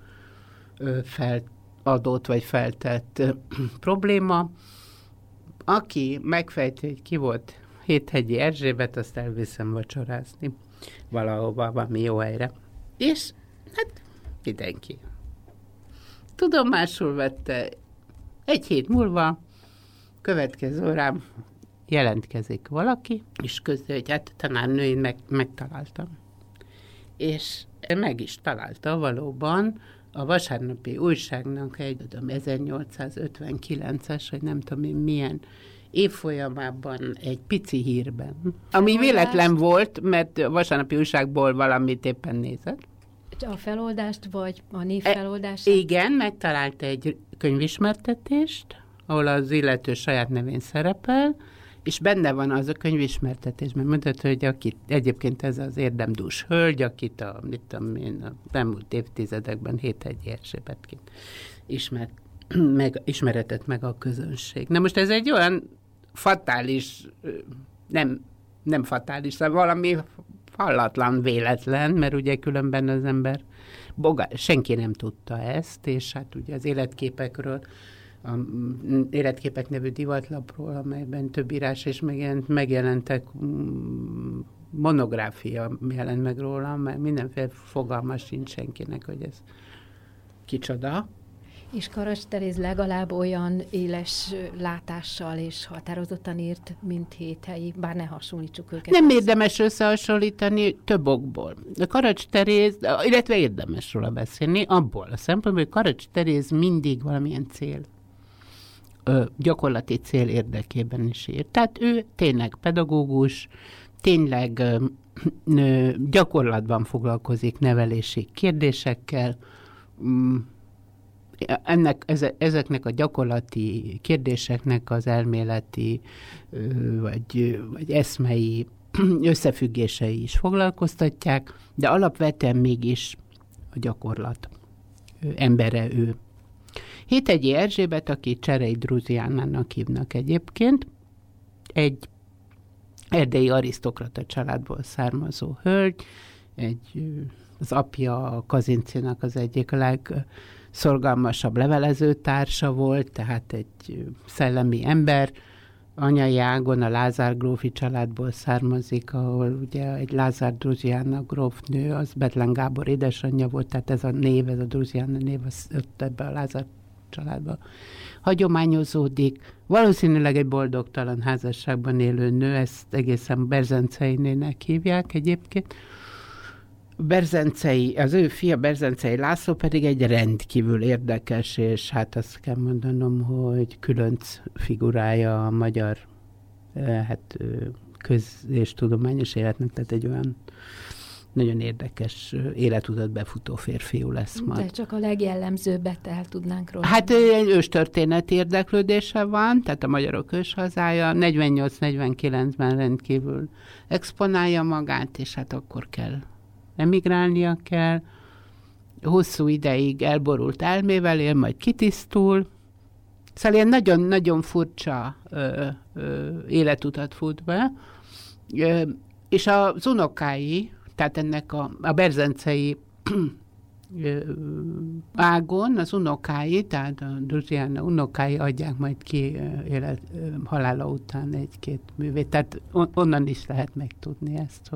D: feladott vagy feltett probléma, aki megfejti, hogy ki volt Héthegyi Erzsébet, azt elviszem vacsorázni valahova, valami jó helyre. És hát mindenki tudomásul vette. Egy hét múlva következő órán jelentkezik valaki, és közül, hogy hát tanárnőin megtaláltam. És meg is találta valóban a Vasárnapi Újságnak egy 1859-es, vagy nem tudom én milyen évfolyamában egy pici hírben. Ami véletlen volt, mert a Vasárnapi Újságból valamit éppen nézett.
B: A feloldást, vagy a név feloldást?
D: Igen, megtalált egy könyvismertetést, ahol az illető saját nevén szerepel, és benne van az a könyvismertetés, mert mutatja, hogy egyébként ez az érdemdús hölgy, akit a elmúlt évtizedekben Héthegyi Erzsébetként ismeretett meg a közönség. Na most ez egy olyan fatális, nem fatális, de valami hallatlan véletlen, mert ugye különben az ember senki nem tudta ezt, és hát ugye az életképekről, a Életképek nevű divatlapról, amelyben több írás is megjelentek, monográfia jelent meg róla, mert mindenféle fogalma sincs senkinek, hogy ez kicsoda.
B: És Karacs Teréz legalább olyan éles látással és határozottan írt, mint Héthegyi, bár ne hasonlítsuk őket.
D: Nem érdemes összehasonlítani több okból. A Karacs Teréz, illetve érdemes róla beszélni, abból a szempontból, hogy Karacs Teréz mindig valamilyen gyakorlati cél érdekében is írt. Tehát ő tényleg pedagógus, tényleg gyakorlatban foglalkozik nevelési kérdésekkel, ezeknek a gyakorlati kérdéseknek az elméleti vagy eszmei összefüggései is foglalkoztatják, de alapvetően mégis a gyakorlat embere ő. Héthegyi Erzsébet, aki Cserei Druziánának hívnak egyébként, egy erdélyi arisztokrata családból származó hölgy, az apja a Kazincinak az egyik legszorgalmasabb levelezőtársa volt, tehát egy szellemi ember. Anyai ágon a Lázár grófi családból származik, ahol ugye egy Lázár Druziána grófnő, az Bethlen Gábor édesanyja volt, tehát ez a Druziána név, az ebbe a Lázár családba hagyományozódik. Valószínűleg egy boldogtalan házasságban élő nő, ezt egészen Berzenceinének hívják egyébként. az ő fia Berzencei László pedig egy rendkívül érdekes, és hát azt kell mondanom, hogy különc figurája a magyar köz- és tudományos életnek, tehát egy olyan nagyon érdekes életutat befutó férfiú lesz majd.
B: De csak a legjellemzőbbet el tudnánk róla.
D: Hát egy őstörténeti érdeklődése van, tehát a magyarok őshazája, 48-49-ben rendkívül exponálja magát, és hát akkor kell emigrálnia kell. Hosszú ideig elborult elmével él, majd kitisztul. Szóval ilyen nagyon-nagyon furcsa életutat fut be. És az unokái, tehát ennek a berzencei ágon az unokái, tehát a Duzsiana unokái adják majd ki halála után egy-két művét. Tehát onnan is lehet megtudni ezt,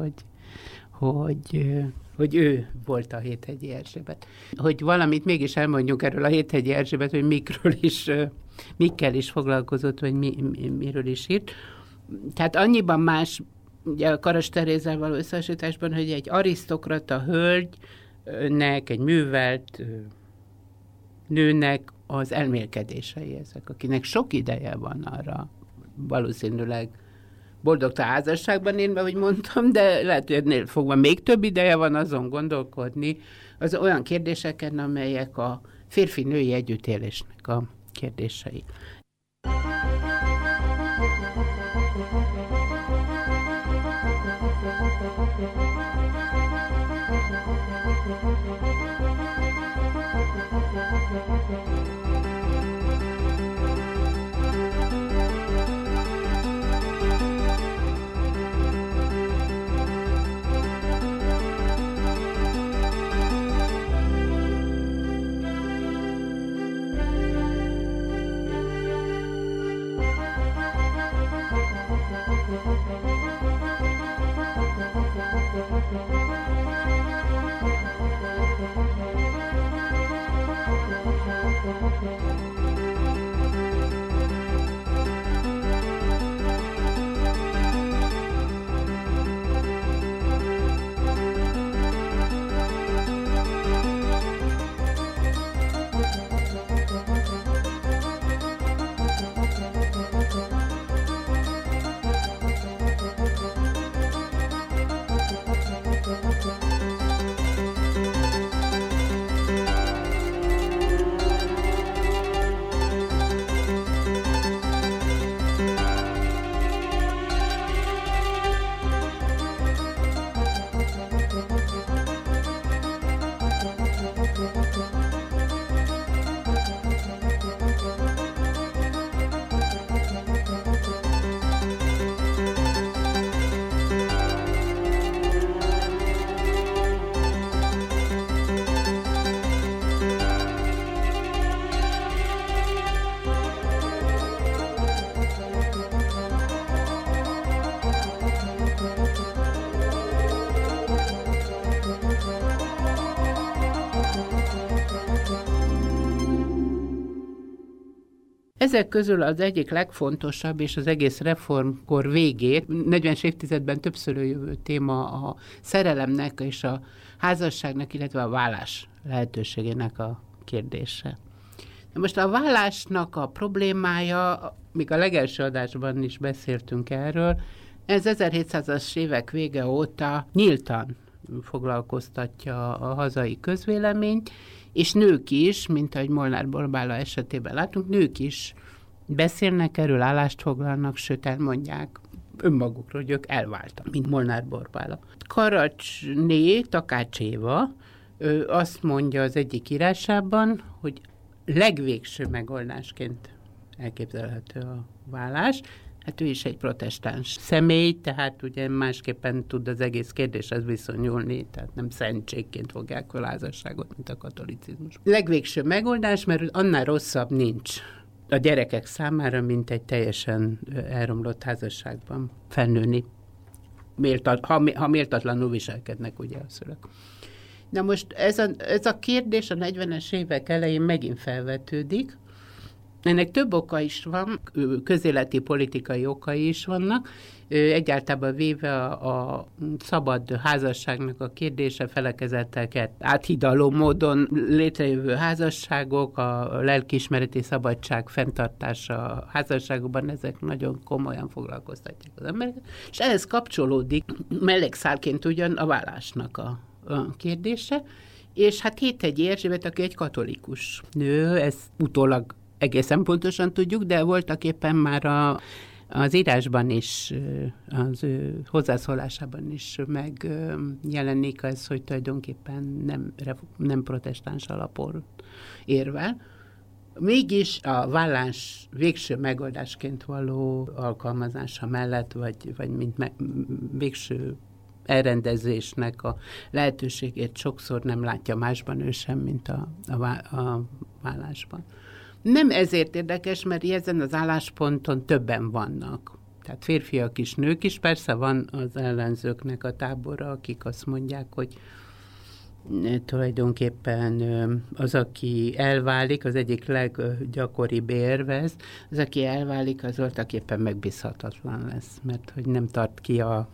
D: hogy ő volt a Héthegyi Erzsébet. Hogy valamit mégis elmondjuk erről a Héthegyi Erzsébet, hogy mikkel is foglalkozott, vagy miről is írt. Tehát annyiban más, ugye a Karas Terézzel való összehasonlításban, hogy egy arisztokrata hölgynek, egy művelt nőnek az elmélkedései ezek, akinek sok ideje van arra, valószínűleg boldogta házasságban élve, ahogy mondtam, de lehet, hogy ennél fogva még több ideje van azon gondolkodni, az olyan kérdéseken, amelyek a férfi-női együttélésnek a kérdései. Ezek közül az egyik legfontosabb, és az egész reformkor végét, 40-es évtizedben többször jövő téma a szerelemnek és a házasságnak, illetve a vállás lehetőségének a kérdése. De most a vállásnak a problémája, még a legelső adásban is beszéltünk erről, ez 1700-as évek vége óta nyíltan foglalkoztatja a hazai közvéleményt, és nők is, mint ahogy Molnár Borbála esetében látunk, nők is beszélnek erről, állást foglalnak, sőt elmondják önmagukról, hogy ők elváltak, mint Molnár Borbála. Karacsné Takács Éva azt mondja az egyik írásában, hogy legvégső megoldásként elképzelhető a vállás. Hát ő is egy protestáns személy, tehát ugye másképpen tud az egész kérdéshez viszonyulni, tehát nem szentségként fogják fel a házasságot, mint a katolicizmus. Legvégső megoldás, mert annál rosszabb nincs a gyerekek számára, mint egy teljesen elromlott házasságban felnőni. Ha méltatlanul viselkednek ugye a szülők. Na most ez a kérdés a 40-es évek elején megint felvetődik, Ennek több oka is van, közéleti politikai okai is vannak. Egyáltalán véve a szabad házasságnak a kérdése, felekezeteket áthidaló módon létrejövő házasságok, a lelkiismereti szabadság fenntartása a házasságokban, ezek nagyon komolyan foglalkoztatják az embereket. És ehhez kapcsolódik mellékszálként ugyan a vállásnak a kérdése, és hát Héthegyi Erzsébet, aki egy katolikus nő, ezt utólag egészen pontosan tudjuk, de voltak éppen már az írásban is, az ő hozzászólásában is megjelenik ez, hogy tulajdonképpen nem protestáns alapon érvel. Mégis a vállás végső megoldásként való alkalmazása mellett, vagy mint végső elrendezésnek a lehetőségét sokszor nem látja másban ő sem, mint a vállásban. Nem ezért érdekes, mert ezen az állásponton többen vannak. Tehát férfiak is, nők is. Persze van az ellenzőknek a tábora, akik azt mondják, hogy tulajdonképpen az, aki elválik, az egyik leggyakoribb érvez, az, aki elválik, az voltaképpen megbízhatatlan lesz, mert hogy nem tart ki a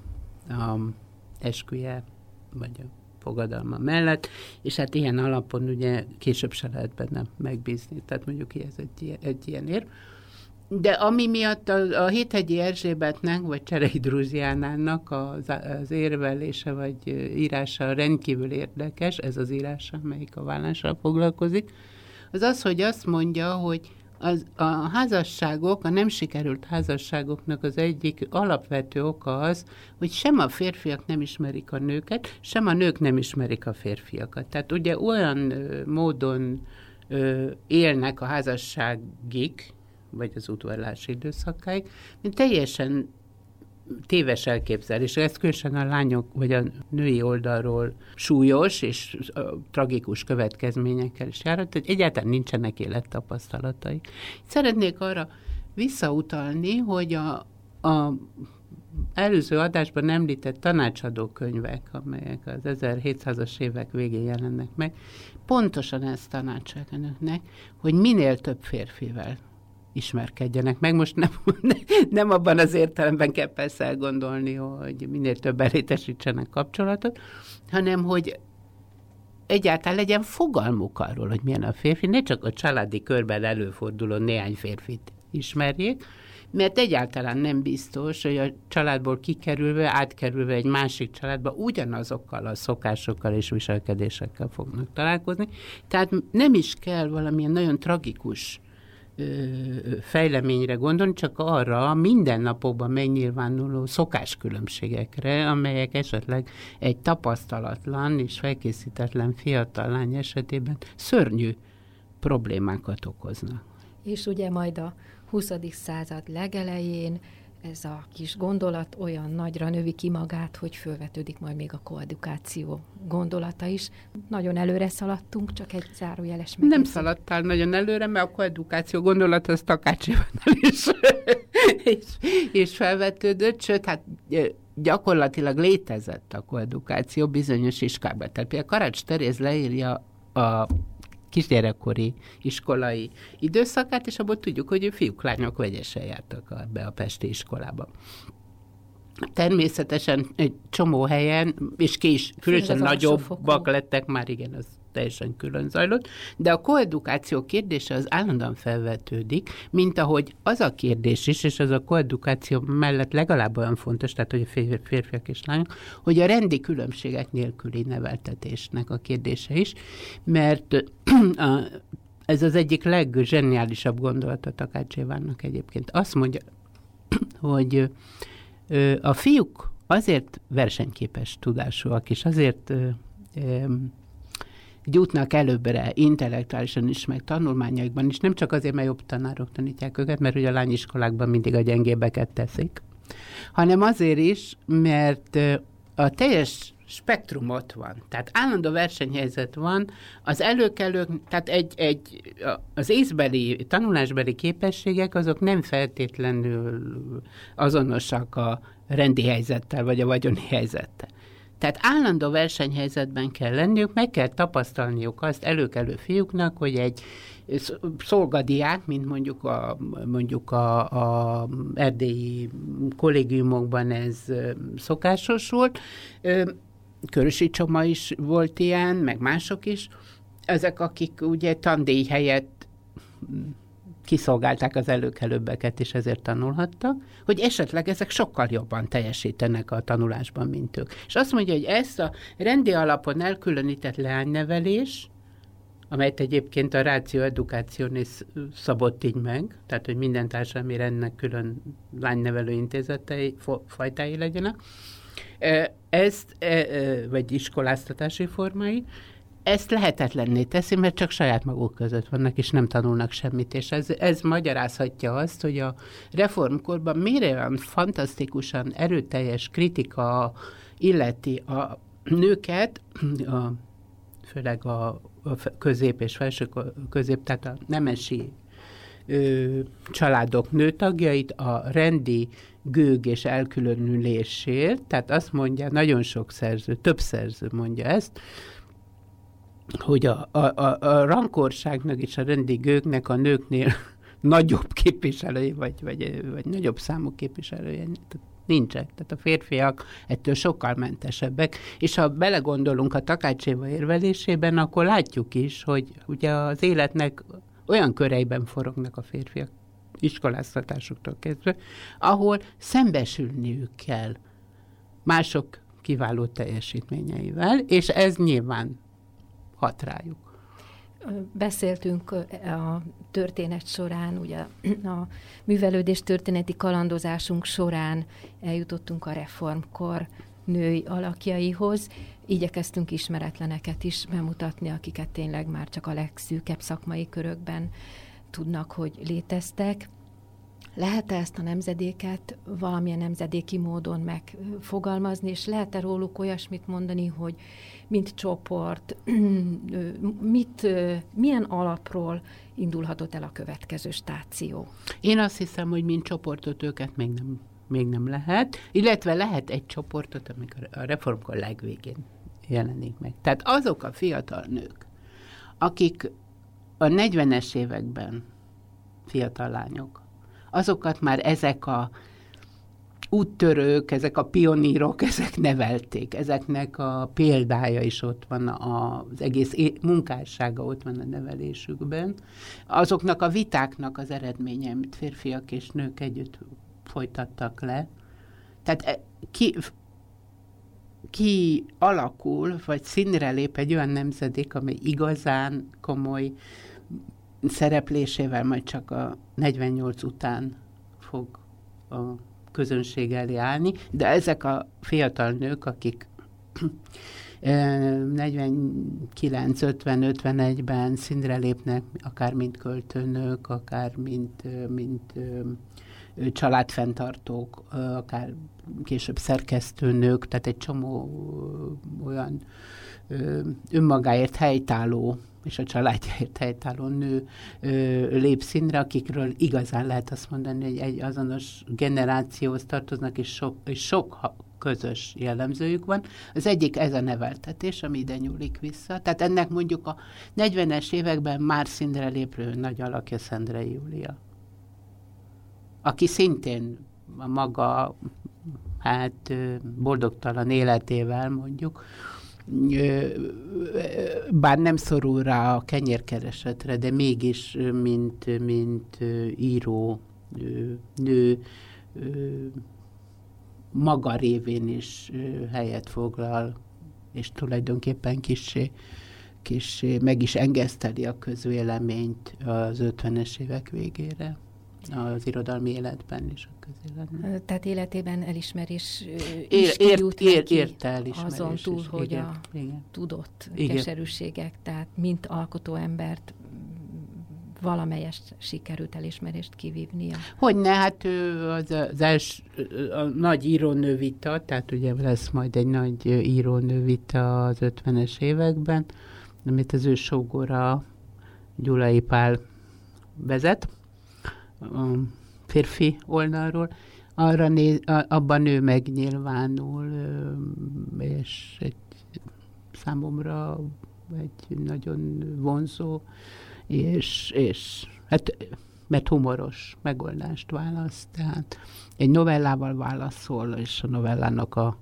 D: esküje, vagy a fogadalma mellett, és hát ilyen alapon ugye később se lehet benne megbízni. Tehát mondjuk ez egy ilyen érv. De ami miatt a Héthegyi Erzsébetnek, vagy Cserei Drúzsiánának az érvelése, vagy írása rendkívül érdekes, ez az írása, amelyik a vállással foglalkozik, az az, hogy azt mondja, hogy a házasságok, a nem sikerült házasságoknak az egyik alapvető oka az, hogy sem a férfiak nem ismerik a nőket, sem a nők nem ismerik a férfiakat. Tehát ugye olyan módon élnek a házasságig, vagy az udvarlási időszakáig, mint teljesen téves elképzelés. Ez különösen a lányok, vagy a női oldalról súlyos és tragikus következményekkel is járhat, hogy egyáltalán nincsenek élettapasztalatai. Szeretnék arra visszautalni, hogy a előző adásban említett tanácsadó könyvek, amelyek az 1700-as évek végén jelennek meg, pontosan ezt tanácsolják önöknek, hogy minél több férfivel ismerkedjenek meg. Most nem abban az értelemben kell persze elgondolni, hogy minél több létesítsenek kapcsolatot, hanem hogy egyáltalán legyen fogalmuk arról, hogy milyen a férfi, ne csak a családi körben előforduló néhány férfit ismerjék, mert egyáltalán nem biztos, hogy a családból kikerülve, átkerülve egy másik családba ugyanazokkal a szokásokkal és viselkedésekkel fognak találkozni. Tehát nem is kell valamilyen nagyon tragikus fejleményre gondolni, csak arra mindennapokban megnyilvánuló szokáskülönbségekre, amelyek esetleg egy tapasztalatlan és felkészítetlen fiatal lány esetében szörnyű problémákat okoznak.
B: És ugye majd a 20. század legelején ez a kis gondolat olyan nagyra növi ki magát, hogy fölvetődik majd még a koedukáció gondolata is. Nagyon előre szaladtunk, csak egy zárójeles megjegyzés.
D: Nem szaladtál nagyon előre, mert a koedukáció gondolat az Takács Ivannal is felvetődött, sőt, hát gyakorlatilag létezett a koedukáció bizonyos iskolában. Tehát például Karács Teréz leírja a kisgyerekkori iskolai időszakát, és abból tudjuk, hogy fiúk, lányok vegyesen jártak be a pesti iskolába. Természetesen egy csomó helyen, és különösen nagyobbak lettek, már igen, az teljesen külön zajlott, de a koedukáció kérdése az állandóan felvetődik, mint ahogy az a kérdés is, és az a koedukáció mellett legalább olyan fontos, tehát hogy a férfiak és lányok, hogy a rendi különbségek nélküli neveltetésnek a kérdése is, mert ez az egyik leggeniálisabb gondolata Takács Ivánnak egyébként. Azt mondja, hogy a fiúk azért versenyképes tudásúak, és azért jutnak előbbre intellektuálisan is, meg tanulmányaikban is, nem csak azért, mert jobb tanárok tanítják őket, mert ugye a lányiskolákban mindig a gyengébbeket teszik, hanem azért is, mert a teljes spektrum ott van. Tehát állandó versenyhelyzet van, az előkelők, tehát az észbeli, tanulásbeli képességek, azok nem feltétlenül azonosak a rendi helyzettel, vagy a vagyoni helyzettel. Tehát állandó versenyhelyzetben kell lenniük, meg kell tapasztalniuk azt előkelő fiúknak, hogy egy szolgadiák, mint mondjuk a erdélyi kollégiumokban ez szokásos volt, Körösi Csoma is volt ilyen, meg mások is, ezek, akik ugye tandíj helyett kiszolgálták az előkelőbbeket, és ezért tanulhattak, hogy esetleg ezek sokkal jobban teljesítenek a tanulásban, mint ők. És azt mondja, hogy ezt a rendi alapon elkülönített leánynevelés, amelyet egyébként a Ratio Educationis szabott így meg, tehát, hogy minden társadalmi rendnek külön lánynevelő intézetei, fajtái legyenek, vagy iskoláztatási formái, ezt lehetetlenné teszi, mert csak saját maguk között vannak, és nem tanulnak semmit. És ez magyarázhatja azt, hogy a reformkorban miért olyan fantasztikusan erőteljes kritika illeti a nőket, főleg a közép és felső közép, tehát a nemesi családok nőtagjait a rendi gőg és elkülönülésért, tehát azt mondja, nagyon sok szerző, több szerző mondja ezt, hogy a rankorságnak és a rendi gőgnek a nőknél nagyobb képviselői, vagy nagyobb számú képviselője nincsenek. Tehát a férfiak ettől sokkal mentesebbek. És ha belegondolunk a Takács Éva érvelésében, akkor látjuk is, hogy ugye az életnek olyan köreiben forognak a férfiak, iskoláztatásoktól kezdve, ahol szembesülniük kell mások kiváló teljesítményeivel, és ez nyilván hat rájuk.
B: Beszéltünk a történet során, ugye a művelődés történeti kalandozásunk során eljutottunk a reformkor női alakjaihoz. Igyekeztünk ismeretleneket is bemutatni, akiket tényleg már csak a legszűkebb szakmai körökben tudnak, hogy léteztek. Lehet-e ezt a nemzedéket valamilyen nemzedéki módon megfogalmazni, és lehet-e róluk olyasmit mondani, hogy mint csoport, milyen alapról indulhatott el a következő stáció?
D: Én azt hiszem, hogy mint csoportot őket még nem lehet, illetve lehet egy csoportot, amikor a reformkor legvégén jelenik meg. Tehát azok a fiatal nők, akik a 40-es években fiatal lányok, azokat már ezek a úttörők, ezek a pionírok, ezek nevelték. Ezeknek a példája is ott van, az egész munkássága ott van a nevelésükben. Azoknak a vitáknak az eredménye, amit férfiak és nők együtt folytattak le. Tehát ki alakul, vagy színre lép egy olyan nemzedék, amely igazán komoly szereplésével majd csak a 48 után fog a közönség elé állni, de ezek a fiatal nők, akik 49-50-51-ben színre lépnek, akár mint költőnök, akár mint családfenntartók, akár később szerkesztőnők, tehát egy csomó olyan önmagáért helytálló és a családjáért helytálló nő lép színre, akikről igazán lehet azt mondani, hogy egy azonos generációhoz tartoznak, és sok közös jellemzőjük van. Az egyik ez a neveltetés, ami ide nyúlik vissza. Tehát ennek mondjuk a 40-es években már színre lépő nagy alakja Szendrei Júlia, aki szintén a maga boldogtalan életével mondjuk, bár nem szorul rá a kenyérkeresetre, de mégis, mint író nő, maga révén is helyet foglal, és tulajdonképpen kissé meg is engeszteli a közvéleményt az 50-es évek végére, az irodalmi életben és a közéletben.
B: Tehát életében elismerés is kijut
D: érte elismerés
B: azon túl,
D: is,
B: hogy
D: igen,
B: a
D: igen.
B: tudott
D: Igen.
B: keserűségek, tehát mint alkotó embert valamelyest sikerült elismerést kivívnia.
D: Hogyne, hát az első a nagy írónővita, tehát ugye lesz majd egy nagy írónővita az 50-es években, amit az ő sógora Gyulai Pál vezet, a férfi oldalról, abban ő megnyilvánul, és számomra egy nagyon vonzó, és hát, mert humoros megoldást választ. Tehát egy novellával válaszol, és a novellának a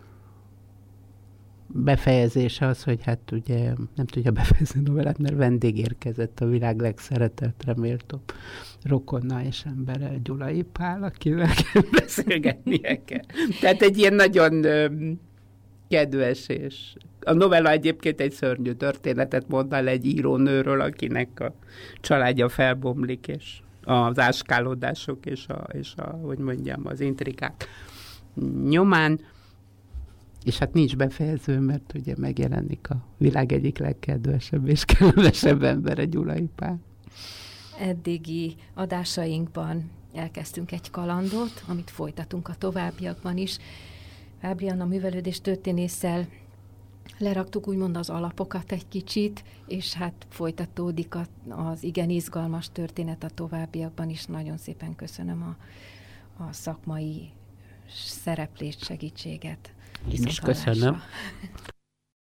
D: befejezése az, hogy hát ugye nem tudja befejezni a novellát, mert vendég érkezett, a világ legszeretettre méltóbb rokonna és embere, Gyulai Pál, akivel beszélgetnie kell. Tehát egy ilyen nagyon kedves, és a novella egyébként egy szörnyű történetet mond el egy írónőről, akinek a családja felbomlik, és az áskálódások és hogy mondjam, az intrikák nyomán, és hát nincs befejező, mert ugye megjelenik a világ egyik legkedvesebb és kellemesebb embere, Gyulai Pál.
B: Eddigi adásainkban elkezdtünk egy kalandot, amit folytatunk a továbbiakban is. Fábrián a művelődés történésszel leraktuk úgymond az alapokat egy kicsit, és hát folytatódik az igen izgalmas történet a továbbiakban is. Nagyon szépen köszönöm a szakmai szereplést, segítséget.
D: Én is köszönöm.